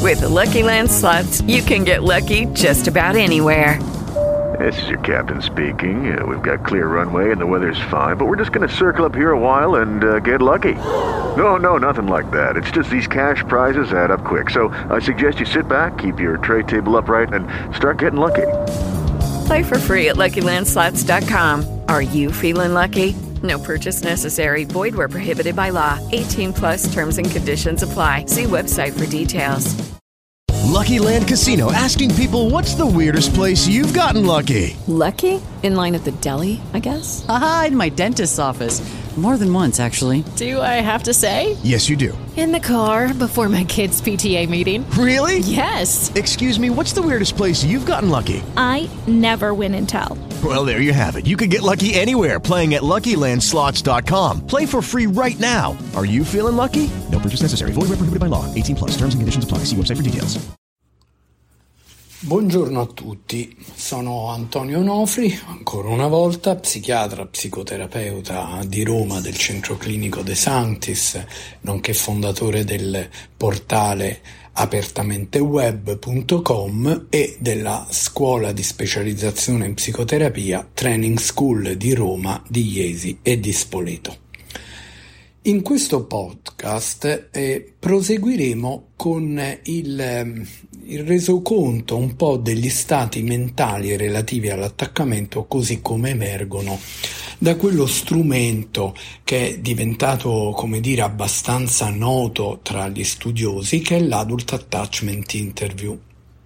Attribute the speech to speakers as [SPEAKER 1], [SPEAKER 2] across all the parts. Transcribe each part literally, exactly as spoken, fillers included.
[SPEAKER 1] With the Lucky Land Slots, you can get lucky just about anywhere.
[SPEAKER 2] This is your captain speaking. Uh, we've got clear runway and the weather's fine, but we're just going to circle up here a while and uh, get lucky. No, no, nothing like that. It's just these cash prizes add up quick. So I suggest you sit back, keep your tray table upright, and start getting lucky.
[SPEAKER 1] Play for free at Lucky Land Slots dot com. Are you feeling lucky? No purchase necessary. Void where prohibited by law. eighteen plus terms and conditions apply. See website for details.
[SPEAKER 3] Lucky Land Casino, asking people, what's the weirdest place you've gotten lucky?
[SPEAKER 4] Lucky? In line at the deli, I guess?
[SPEAKER 5] Aha, in my dentist's office. More than once, actually.
[SPEAKER 4] Do I have to say?
[SPEAKER 3] Yes, you do.
[SPEAKER 4] In the car before my kids' P T A meeting.
[SPEAKER 3] Really?
[SPEAKER 4] Yes.
[SPEAKER 3] Excuse me, what's the weirdest place you've gotten lucky?
[SPEAKER 6] I never win and tell.
[SPEAKER 3] Well, there you have it. You can get lucky anywhere, playing at Lucky Land Slots dot com. Play for free right now. Are you feeling lucky? No purchase necessary. Void where prohibited by law. eighteen plus. Terms and conditions apply. See website for details.
[SPEAKER 7] Buongiorno a tutti, sono Antonio Onofri, ancora una volta psichiatra, psicoterapeuta di Roma del Centro Clinico De Sanctis, nonché fondatore del portale apertamenteweb punto com e della scuola di specializzazione in psicoterapia Training School di Roma, di Iesi e di Spoleto. In questo podcast eh, proseguiremo con il, il resoconto un po' degli stati mentali relativi all'attaccamento così come emergono da quello strumento che è diventato, come dire, abbastanza noto tra gli studiosi, che è l'Adult Attachment Interview.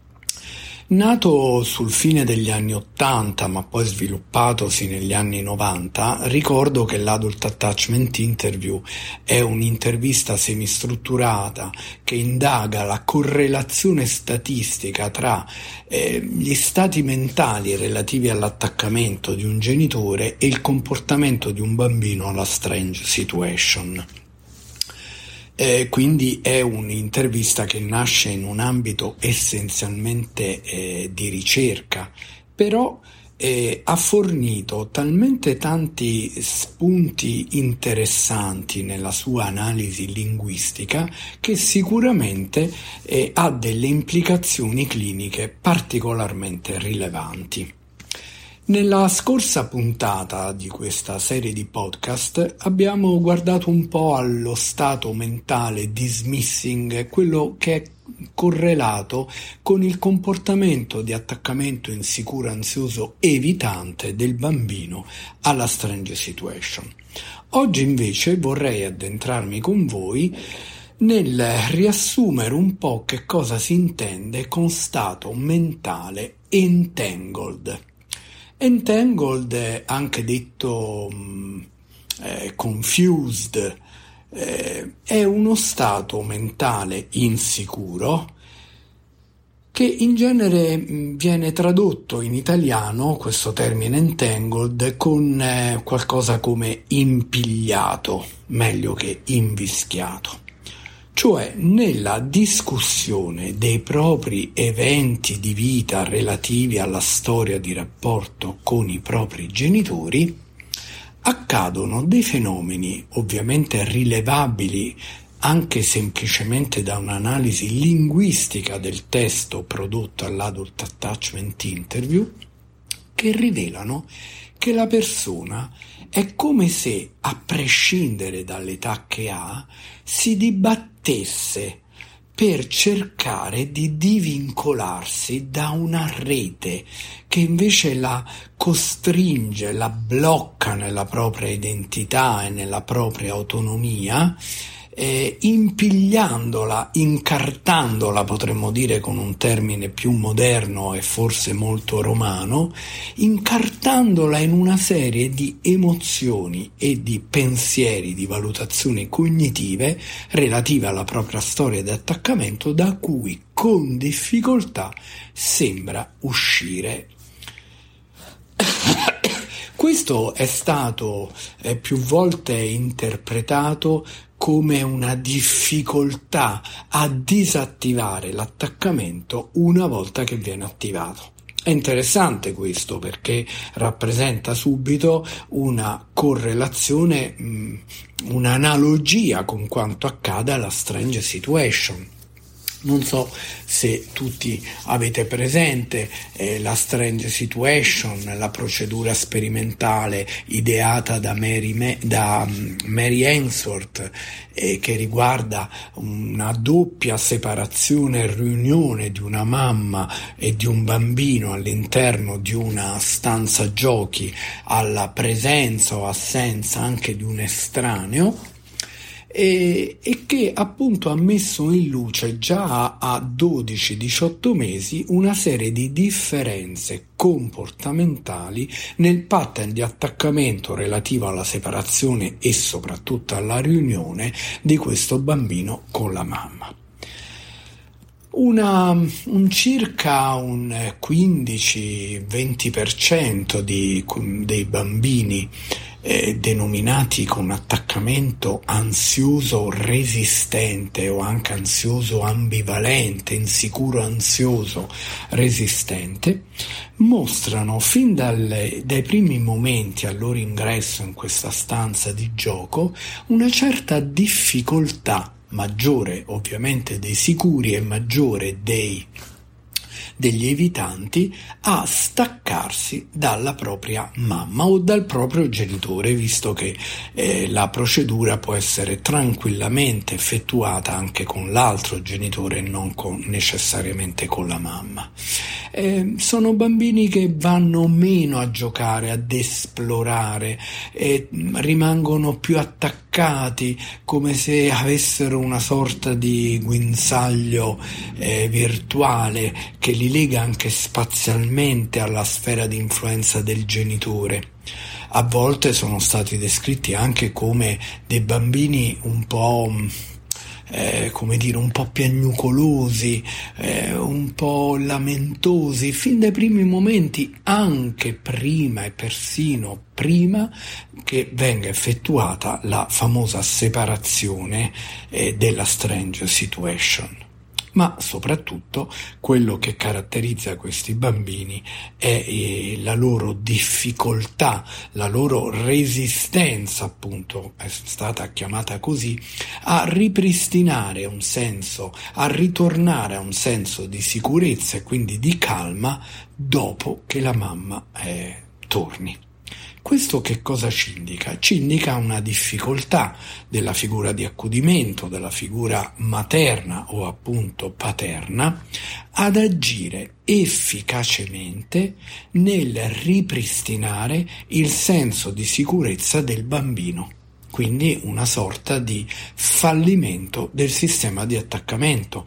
[SPEAKER 7] Nato sul fine degli anni ottanta, ma poi sviluppatosi negli anni novanta, ricordo che l'Adult Attachment Interview è un'intervista semistrutturata che indaga la correlazione statistica tra eh, gli stati mentali relativi all'attaccamento di un genitore e il comportamento di un bambino alla strange situation. Eh, quindi è un'intervista che nasce in un ambito essenzialmente eh, di ricerca, però eh, ha fornito talmente tanti spunti interessanti nella sua analisi linguistica che sicuramente eh, ha delle implicazioni cliniche particolarmente rilevanti. Nella scorsa puntata di questa serie di podcast abbiamo guardato un po' allo stato mentale dismissing, quello che è correlato con il comportamento di attaccamento insicuro, ansioso, evitante del bambino alla strange situation. Oggi invece vorrei addentrarmi con voi nel riassumere un po' che cosa si intende con stato mentale entangled. Entangled, anche detto eh, confused, eh, è uno stato mentale insicuro che in genere viene tradotto in italiano, questo termine entangled, con eh, qualcosa come impigliato, meglio che invischiato. Cioè nella discussione dei propri eventi di vita relativi alla storia di rapporto con i propri genitori accadono dei fenomeni ovviamente rilevabili anche semplicemente da un'analisi linguistica del testo prodotto all'Adult Attachment Interview, che rivelano che la persona è come se, a prescindere dall'età che ha, si dibattesse per cercare di divincolarsi da una rete che invece la costringe, la blocca nella propria identità e nella propria autonomia, eh, impigliandola, incartandola, potremmo dire con un termine più moderno e forse molto romano, incartandola in una serie di emozioni e di pensieri, di valutazioni cognitive relative alla propria storia di attaccamento, da cui con difficoltà sembra uscire. Questo è stato eh, più volte interpretato come una difficoltà a disattivare l'attaccamento una volta che viene attivato. È interessante questo perché rappresenta subito una correlazione, mh, un'analogia con quanto accade alla strange situation. Non so se tutti avete presente eh, la Strange Situation, la procedura sperimentale ideata da Mary, Me- da, um, Mary Ainsworth, eh, che riguarda una doppia separazione e riunione di una mamma e di un bambino all'interno di una stanza giochi, alla presenza o assenza anche di un estraneo. E, e che appunto ha messo in luce già a dodici diciotto mesi una serie di differenze comportamentali nel pattern di attaccamento relativo alla separazione e soprattutto alla riunione di questo bambino con la mamma. Una, un circa un quindici venti per cento di, dei bambini eh, denominati con attaccamento ansioso resistente o anche ansioso ambivalente, insicuro ansioso resistente, mostrano fin dalle, dai primi momenti al loro ingresso in questa stanza di gioco una certa difficoltà, maggiore ovviamente dei sicuri e maggiore dei degli evitanti, a staccarsi dalla propria mamma o dal proprio genitore, visto che eh, la procedura può essere tranquillamente effettuata anche con l'altro genitore e non con, necessariamente con la mamma. Eh, sono bambini che vanno meno a giocare, ad esplorare, e rimangono più attaccati, come se avessero una sorta di guinzaglio eh, virtuale che li lega anche spazialmente alla sfera di influenza del genitore. A volte sono stati descritti anche come dei bambini un po' Eh, come dire, un po' piagnucolosi, eh, un po' lamentosi, fin dai primi momenti, anche prima e persino prima che venga effettuata la famosa separazione eh, della Strange Situation. Ma soprattutto quello che caratterizza questi bambini è eh, la loro difficoltà, la loro resistenza, appunto, è stata chiamata così, a ripristinare un senso, a ritornare a un senso di sicurezza e quindi di calma dopo che la mamma eh, torni. Questo che cosa ci indica? Ci indica una difficoltà della figura di accudimento, della figura materna o appunto paterna, ad agire efficacemente nel ripristinare il senso di sicurezza del bambino. Quindi una sorta di fallimento del sistema di attaccamento.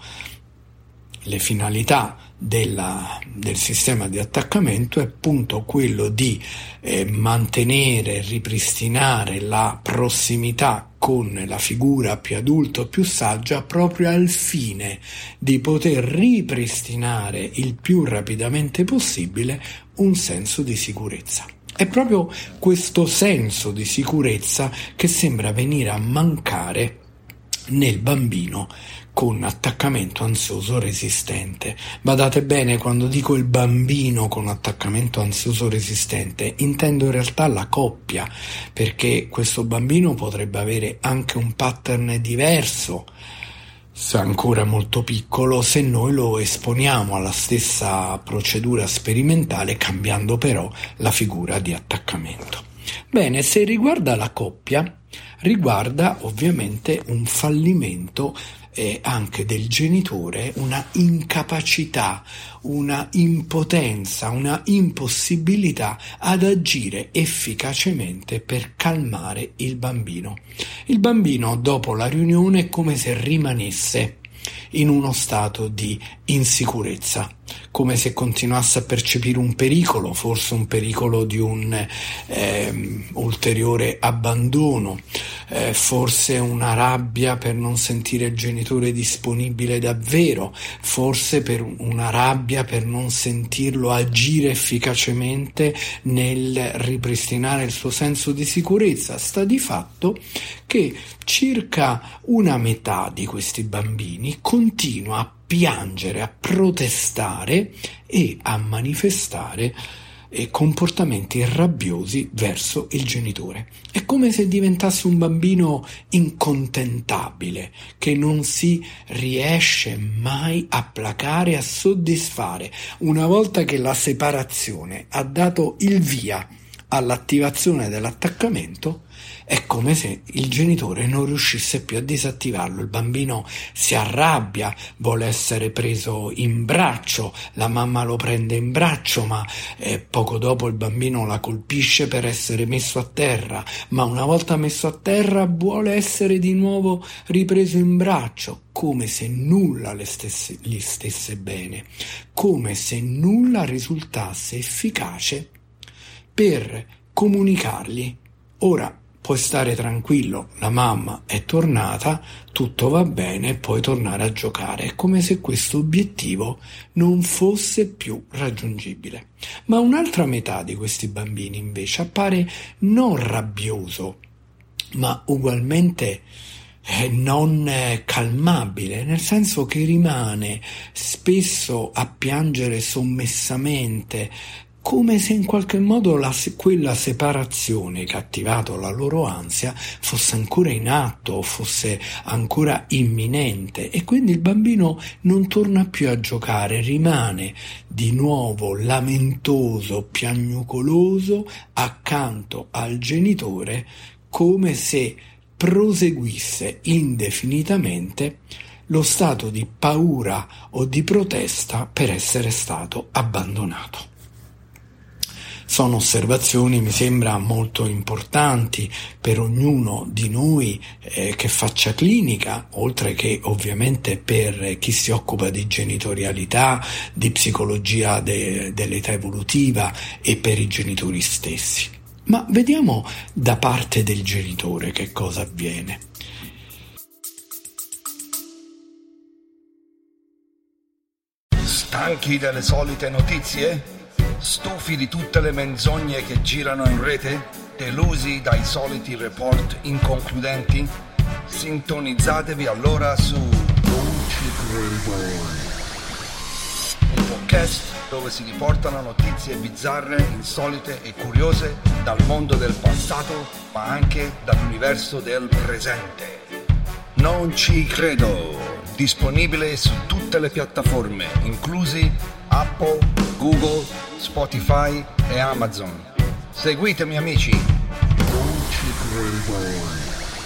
[SPEAKER 7] Le finalità della, del sistema di attaccamento è appunto quello di eh, mantenere e ripristinare la prossimità con la figura più adulta o più saggia, proprio al fine di poter ripristinare il più rapidamente possibile un senso di sicurezza. È proprio questo senso di sicurezza che sembra venire a mancare nel bambino con attaccamento ansioso resistente. Badate bene, quando dico il bambino con attaccamento ansioso resistente, intendo in realtà la coppia, perché questo bambino potrebbe avere anche un pattern diverso, se ancora molto piccolo, se noi lo esponiamo alla stessa procedura sperimentale, cambiando però la figura di attaccamento. Bene, se riguarda la coppia, riguarda ovviamente un fallimento eh, anche del genitore, una incapacità, una impotenza, una impossibilità ad agire efficacemente per calmare il bambino. Il bambino dopo la riunione è come se rimanesse in uno stato di insicurezza, come se continuasse a percepire un pericolo, forse un pericolo di un eh, ulteriore abbandono, eh, forse una rabbia per non sentire il genitore disponibile davvero, forse per una rabbia per non sentirlo agire efficacemente nel ripristinare il suo senso di sicurezza. Sta di fatto che circa una metà di questi bambini continua a piangere, a protestare e a manifestare eh, comportamenti rabbiosi verso il genitore. È come se diventasse un bambino incontentabile, che non si riesce mai a placare, a soddisfare. Una volta che la separazione ha dato il via all'attivazione dell'attaccamento, è come se il genitore non riuscisse più a disattivarlo. Il bambino si arrabbia, vuole essere preso in braccio, la mamma lo prende in braccio, ma eh, poco dopo il bambino la colpisce per essere messo a terra, ma una volta messo a terra vuole essere di nuovo ripreso in braccio, come se nulla le stesse, gli stesse bene, come se nulla risultasse efficace per comunicargli: ora puoi stare tranquillo, la mamma è tornata, tutto va bene, puoi tornare a giocare. È come se questo obiettivo non fosse più raggiungibile. Ma un'altra metà di questi bambini invece appare non rabbioso, ma ugualmente eh, non eh, calmabile, nel senso che rimane spesso a piangere sommessamente, come se in qualche modo la, quella separazione che ha attivato la loro ansia fosse ancora in atto, fosse ancora imminente, e quindi il bambino non torna più a giocare, rimane di nuovo lamentoso, piagnucoloso accanto al genitore, come se proseguisse indefinitamente lo stato di paura o di protesta per essere stato abbandonato. Sono osservazioni, mi sembra, molto importanti per ognuno di noi eh, che faccia clinica, oltre che ovviamente per chi si occupa di genitorialità, di psicologia de- dell'età evolutiva e per i genitori stessi. Ma vediamo da parte del genitore che cosa avviene.
[SPEAKER 8] Stanchi delle solite notizie? Stufi di tutte le menzogne che girano in rete? Delusi dai soliti report inconcludenti? Sintonizzatevi allora su Non ci credo, un podcast dove si riportano notizie bizzarre, insolite e curiose dal mondo del passato, ma anche dall'universo del presente. Non ci credo, disponibile su tutte le piattaforme, inclusi Apple, Google, Spotify e Amazon. Seguitemi, amici. Non ci credo.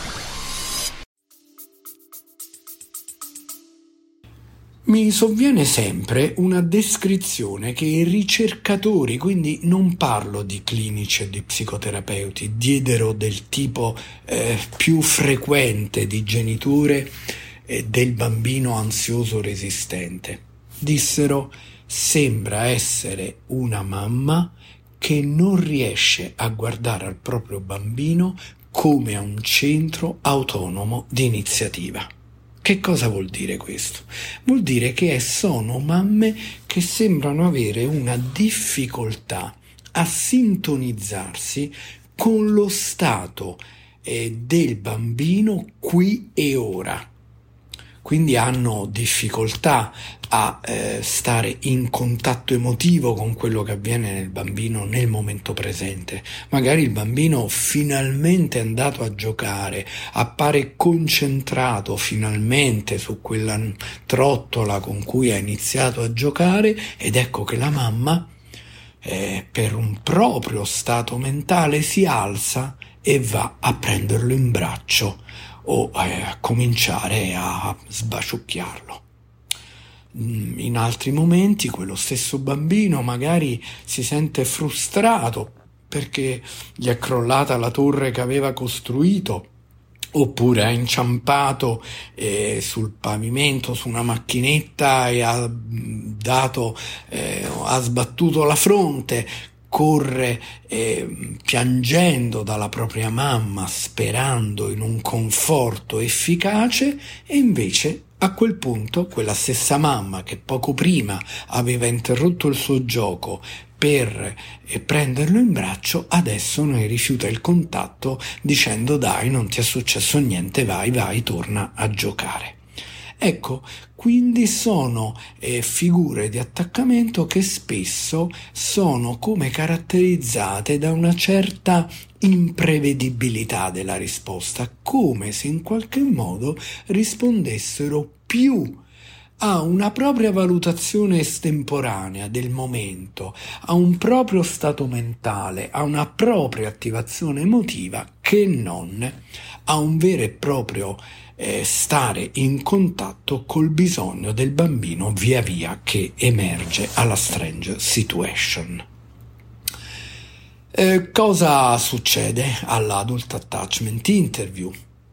[SPEAKER 7] Mi sovviene sempre una descrizione che i ricercatori, quindi non parlo di clinici e di psicoterapeuti, diedero del tipo eh, più frequente di genitore eh, del bambino ansioso resistente. Dissero: sembra essere una mamma che non riesce a guardare al proprio bambino come a un centro autonomo di iniziativa. Che cosa vuol dire questo? Vuol dire che sono mamme che sembrano avere una difficoltà a sintonizzarsi con lo stato eh, del bambino qui e ora. Quindi hanno difficoltà a eh, stare in contatto emotivo con quello che avviene nel bambino nel momento presente. Magari il bambino finalmente è andato a giocare, appare concentrato finalmente su quella trottola con cui ha iniziato a giocare, ed ecco che la mamma, eh, per un proprio stato mentale, si alza e va a prenderlo in braccio o eh, a cominciare a sbaciucchiarlo. In altri momenti quello stesso bambino magari si sente frustrato perché gli è crollata la torre che aveva costruito, oppure ha inciampato eh, sul pavimento su una macchinetta e ha dato eh, ha sbattuto la fronte. Corre eh, piangendo dalla propria mamma, sperando in un conforto efficace, e invece a quel punto quella stessa mamma che poco prima aveva interrotto il suo gioco per eh, prenderlo in braccio, adesso ne rifiuta il contatto dicendo: dai, non ti è successo niente, vai, vai, torna a giocare. Ecco, quindi sono eh, figure di attaccamento che spesso sono come caratterizzate da una certa imprevedibilità della risposta, come se in qualche modo rispondessero più a una propria valutazione estemporanea del momento, a un proprio stato mentale, a una propria attivazione emotiva, che non a un vero e proprio eh, stare in contatto col bisogno del bambino via via che emerge alla strange situation. Eh, cosa succede all'Adult Attachment Interview?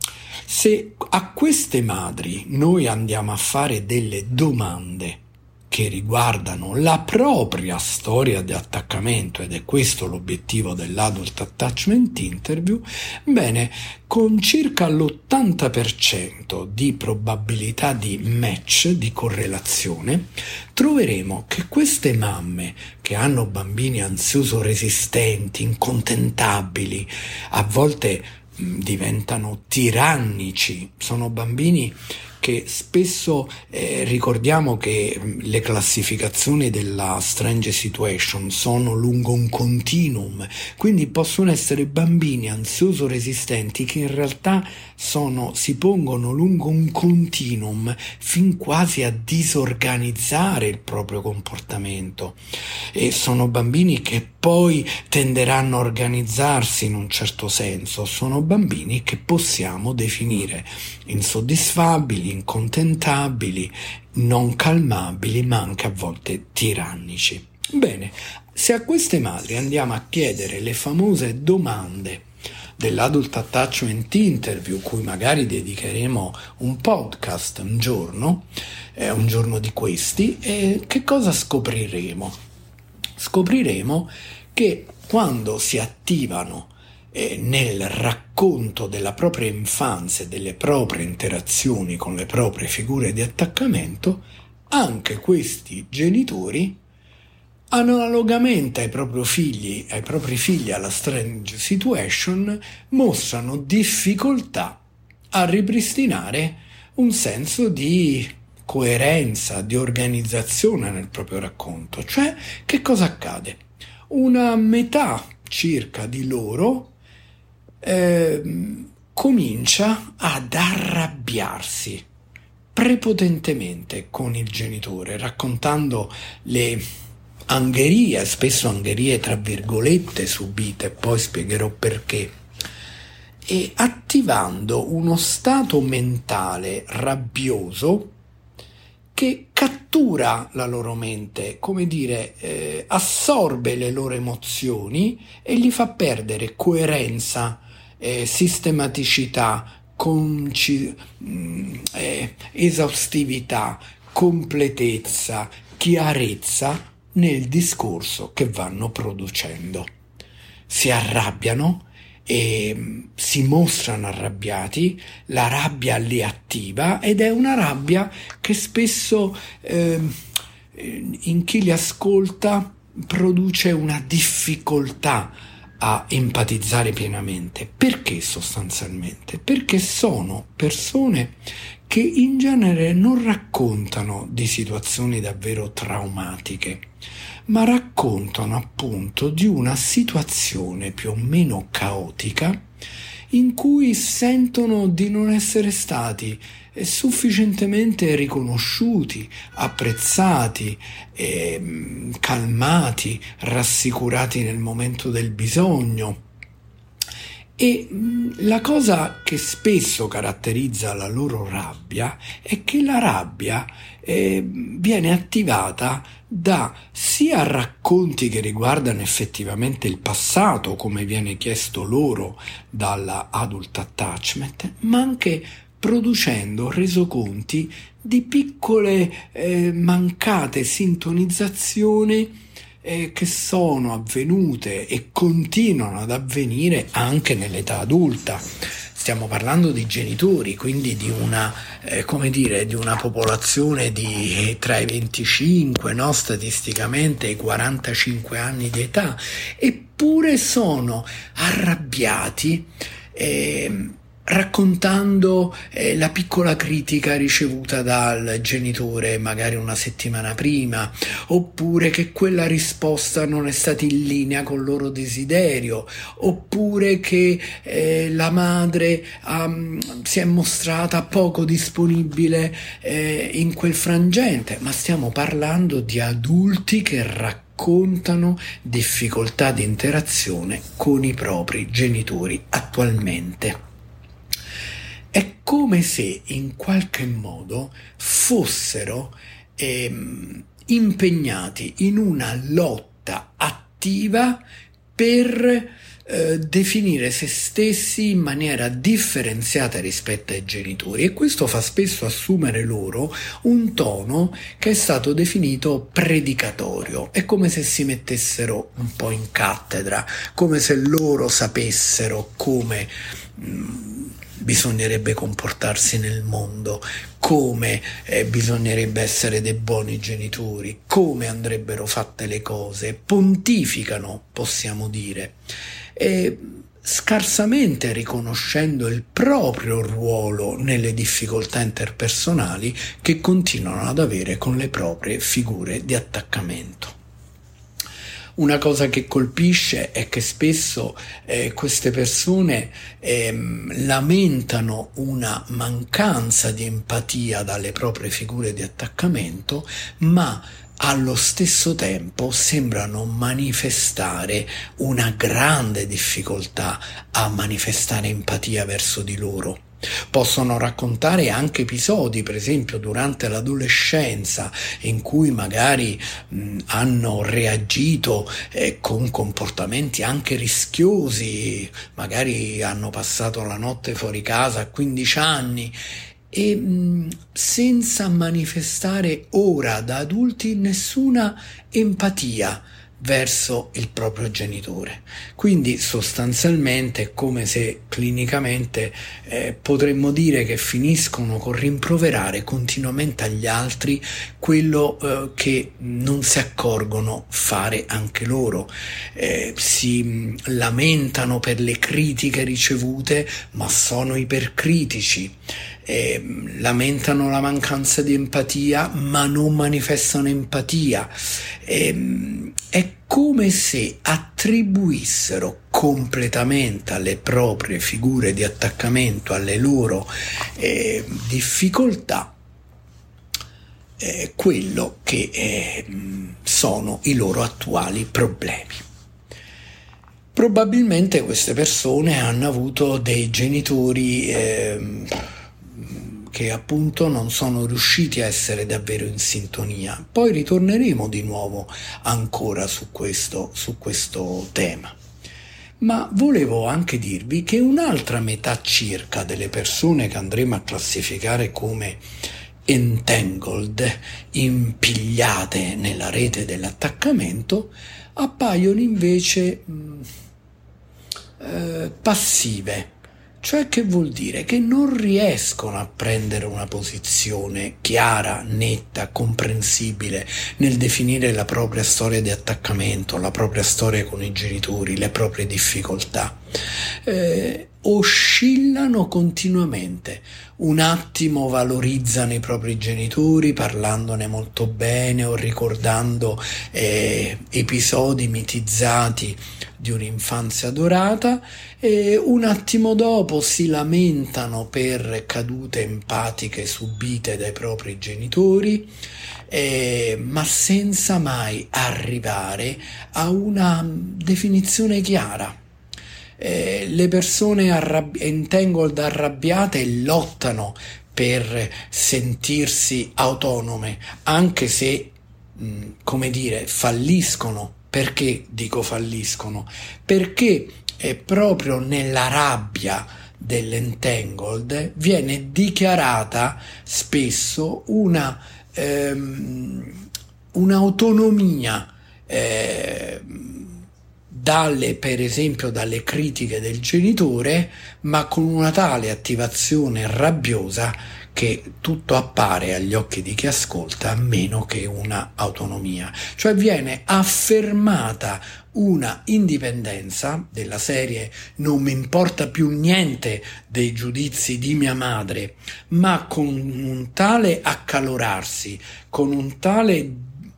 [SPEAKER 7] Se a queste madri noi andiamo a fare delle domande che riguardano la propria storia di attaccamento, ed è questo l'obiettivo dell'Adult Attachment Interview, bene, con circa l'ottanta per cento di probabilità di match, di correlazione, troveremo che queste mamme che hanno bambini ansioso resistenti, incontentabili, a volte diventano tirannici, sono bambini che spesso eh, ricordiamo che le classificazioni della strange situation sono lungo un continuum, quindi possono essere bambini ansioso resistenti che in realtà sono, si pongono lungo un continuum fin quasi a disorganizzare il proprio comportamento, e sono bambini che poi tenderanno a organizzarsi in un certo senso, sono bambini che possiamo definire insoddisfabili, incontentabili, non calmabili, ma anche a volte tirannici. Bene, se a queste madri andiamo a chiedere le famose domande dell'Adult Attachment Interview, cui magari dedicheremo un podcast un giorno, eh, un giorno di questi, eh, che cosa scopriremo? Scopriremo che quando si attivano eh, nel racconto della propria infanzia e delle proprie interazioni con le proprie figure di attaccamento, anche questi genitori, analogamente ai propri figli, ai propri figli alla strange situation, mostrano difficoltà a ripristinare un senso di coerenza, di organizzazione nel proprio racconto. Cioè, che cosa accade? Una metà circa di loro eh, comincia ad arrabbiarsi prepotentemente con il genitore, raccontando le angherie, spesso angherie tra virgolette subite, poi spiegherò perché, e attivando uno stato mentale rabbioso che cattura la loro mente, come dire, eh, assorbe le loro emozioni e gli fa perdere coerenza, eh, sistematicità, conci- eh, esaustività, completezza, chiarezza nel discorso che vanno producendo. Si arrabbiano e si mostrano arrabbiati, la rabbia li attiva ed è una rabbia che spesso eh, in chi li ascolta produce una difficoltà a empatizzare pienamente. Perché sostanzialmente? Perché sono persone che in genere non raccontano di situazioni davvero traumatiche, ma raccontano appunto di una situazione più o meno caotica in cui sentono di non essere stati sufficientemente riconosciuti, apprezzati, eh, calmati, rassicurati nel momento del bisogno. E la cosa che spesso caratterizza la loro rabbia è che la rabbia eh, viene attivata da sia racconti che riguardano effettivamente il passato, come viene chiesto loro dalla Adult Attachment, ma anche producendo resoconti di piccole eh, mancate sintonizzazioni eh, che sono avvenute e continuano ad avvenire anche nell'età adulta. Stiamo parlando di genitori, quindi di una, eh, come dire, di una popolazione di tra i venticinque, no, statisticamente, e i quarantacinque anni di età, eppure sono arrabbiati eh, raccontando eh, la piccola critica ricevuta dal genitore magari una settimana prima, oppure che quella risposta non è stata in linea con il loro desiderio, oppure che eh, la madre um, si è mostrata poco disponibile eh, in quel frangente. Ma stiamo parlando di adulti che raccontano difficoltà di interazione con i propri genitori attualmente. È come se in qualche modo fossero ehm, impegnati in una lotta attiva per eh, definire se stessi in maniera differenziata rispetto ai genitori, e questo fa spesso assumere loro un tono che è stato definito predicatorio. È come se si mettessero un po' in cattedra, come se loro sapessero come mh, bisognerebbe comportarsi nel mondo, come eh, bisognerebbe essere dei buoni genitori, come andrebbero fatte le cose. Pontificano, possiamo dire, e scarsamente riconoscendo il proprio ruolo nelle difficoltà interpersonali che continuano ad avere con le proprie figure di attaccamento. Una cosa che colpisce è che spesso eh, queste persone eh, lamentano una mancanza di empatia dalle proprie figure di attaccamento, ma allo stesso tempo sembrano manifestare una grande difficoltà a manifestare empatia verso di loro. Possono raccontare anche episodi, per esempio durante l'adolescenza, in cui magari mh, hanno reagito eh, con comportamenti anche rischiosi, magari hanno passato la notte fuori casa a quindici anni, e mh, senza manifestare ora da adulti nessuna empatia verso il proprio genitore. Quindi sostanzialmente è come se clinicamente eh, potremmo dire che finiscono con rimproverare continuamente agli altri quello eh, che non si accorgono fare anche loro. Eh, si mh, lamentano per le critiche ricevute, ma sono ipercritici. Eh, lamentano la mancanza di empatia, ma non manifestano empatia. Eh, è come se attribuissero completamente alle proprie figure di attaccamento, alle loro eh, difficoltà, eh, quello che eh, sono i loro attuali problemi. Probabilmente queste persone hanno avuto dei genitori eh, che appunto non sono riusciti a essere davvero in sintonia. Poi ritorneremo di nuovo ancora su questo, su questo tema. Ma volevo anche dirvi che un'altra metà circa delle persone che andremo a classificare come entangled, impigliate nella rete dell'attaccamento, appaiono invece mh, eh, passive. Cioè, che vuol dire? Che non riescono a prendere una posizione chiara, netta, comprensibile nel definire la propria storia di attaccamento, la propria storia con i genitori, le proprie difficoltà. Eh, oscillano continuamente. Un attimo valorizzano i propri genitori parlandone molto bene o ricordando eh, episodi mitizzati di un'infanzia dorata, e un attimo dopo si lamentano per cadute empatiche subite dai propri genitori, eh, ma senza mai arrivare a una definizione chiara. Eh, le persone arrabbi- entangled arrabbiate lottano per sentirsi autonome, anche se, mh, come dire, falliscono. Perché dico falliscono? Perché è proprio nella rabbia dell'entangled viene dichiarata spesso una ehm, un'autonomia eh, dalle, per esempio, dalle critiche del genitore, ma con una tale attivazione rabbiosa che tutto appare agli occhi di chi ascolta meno che una autonomia, cioè viene affermata una indipendenza della serie non mi importa più niente dei giudizi di mia madre, ma con un tale accalorarsi, con un tale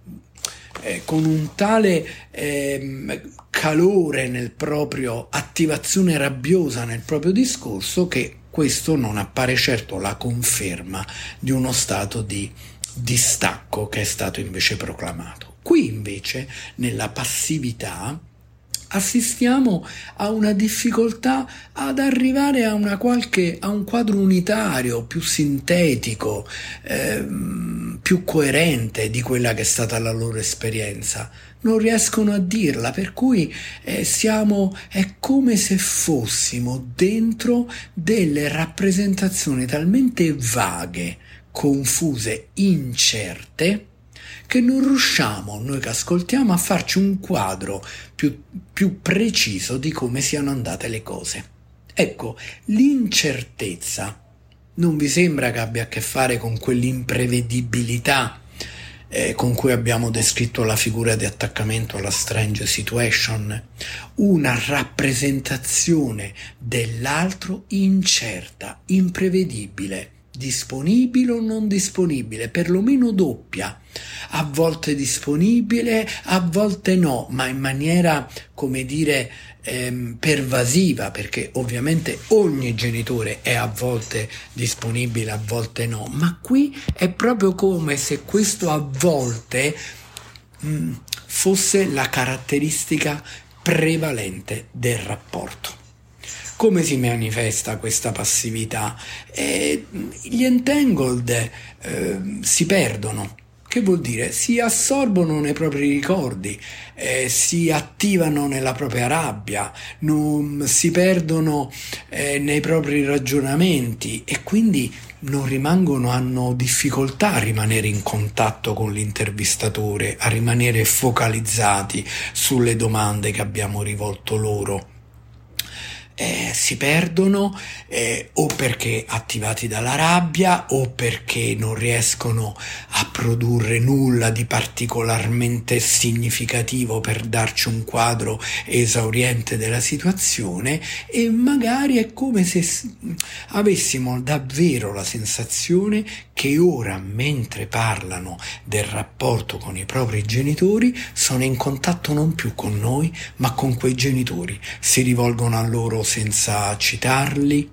[SPEAKER 7] eh, con un tale eh, calore nel proprio, attivazione rabbiosa nel proprio discorso, che questo non appare certo la conferma di uno stato di distacco che è stato invece proclamato. Qui invece, nella passività, assistiamo a una difficoltà ad arrivare a una qualche a un quadro unitario, più sintetico, ehm, più coerente di quella che è stata la loro esperienza. Non riescono a dirla, per cui eh, siamo è come se fossimo dentro delle rappresentazioni talmente vaghe, confuse, incerte, che non riusciamo, noi che ascoltiamo, a farci un quadro più, più preciso di come siano andate le cose. Ecco, l'incertezza non vi sembra che abbia a che fare con quell'imprevedibilità eh, con cui abbiamo descritto la figura di attaccamento alla strange situation? Una rappresentazione dell'altro incerta, imprevedibile, disponibile o non disponibile, perlomeno doppia, a volte disponibile, a volte no, ma in maniera, come dire, ehm, pervasiva, perché ovviamente ogni genitore è a volte disponibile, a volte no, ma qui è proprio come se questo a volte mh, fosse la caratteristica prevalente del rapporto. Come si manifesta questa passività? Eh, gli entangled eh, si perdono. Che vuol dire? Si assorbono nei propri ricordi, eh, si attivano nella propria rabbia, non, si perdono eh, nei propri ragionamenti e quindi non rimangono, hanno difficoltà a rimanere in contatto con l'intervistatore, a rimanere focalizzati sulle domande che abbiamo rivolto loro. Eh, si perdono eh, o perché attivati dalla rabbia o perché non riescono a produrre nulla di particolarmente significativo per darci un quadro esauriente della situazione, e magari è come se avessimo davvero la sensazione che ora, mentre parlano del rapporto con i propri genitori, sono in contatto non più con noi ma con quei genitori, si rivolgono a loro senza citarli,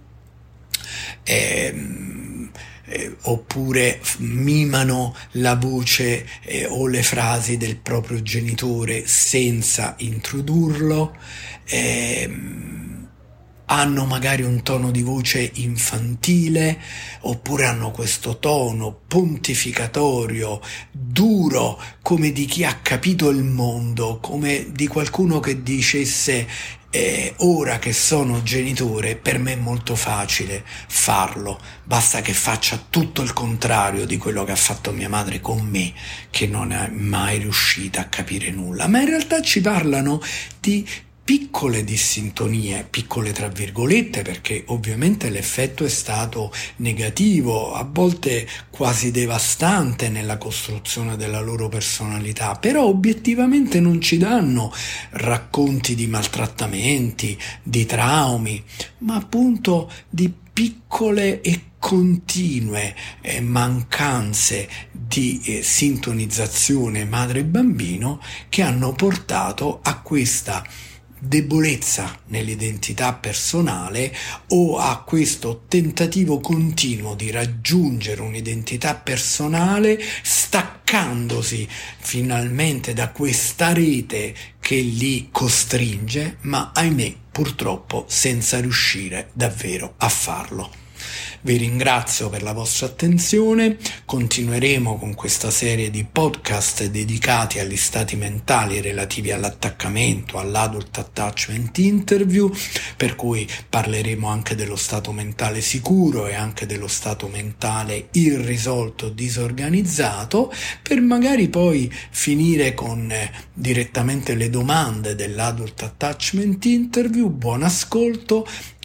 [SPEAKER 7] ehm, eh, oppure mimano la voce eh, o le frasi del proprio genitore senza introdurlo, ehm, hanno magari un tono di voce infantile, oppure hanno questo tono pontificatorio, duro, come di chi ha capito il mondo, come di qualcuno che dicesse eh, ora che sono genitore per me è molto facile farlo, basta che faccia tutto il contrario di quello che ha fatto mia madre con me, che non è mai riuscita a capire nulla. Ma in realtà ci parlano di piccole dissintonie, piccole tra virgolette, perché ovviamente l'effetto è stato negativo, a volte quasi devastante nella costruzione della loro personalità, però obiettivamente non ci danno racconti di maltrattamenti, di traumi, ma appunto di piccole e continue eh, mancanze di eh, sintonizzazione madre-bambino che hanno portato a questa debolezza nell'identità personale o a questo tentativo continuo di raggiungere un'identità personale staccandosi finalmente da questa rete che li costringe, ma ahimè purtroppo senza riuscire davvero a farlo. Vi ringrazio per la vostra attenzione, continueremo con questa serie di podcast dedicati agli stati mentali relativi all'attaccamento, all'adult attachment interview, per cui parleremo anche dello stato mentale sicuro e anche dello stato mentale irrisolto, disorganizzato, per magari poi finire con eh, direttamente le domande dell'adult attachment interview. Buon ascolto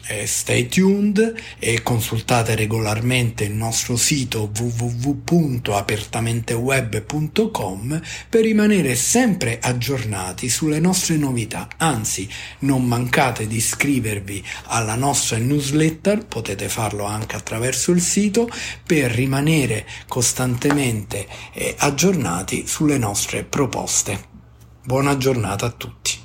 [SPEAKER 7] Eh, stay tuned e consultate regolarmente il nostro sito w w w punto apertamenteweb punto com per rimanere sempre aggiornati sulle nostre novità. Anzi, non mancate di iscrivervi alla nostra newsletter, potete farlo anche attraverso il sito, per rimanere costantemente eh, aggiornati sulle nostre proposte. Buona giornata a tutti.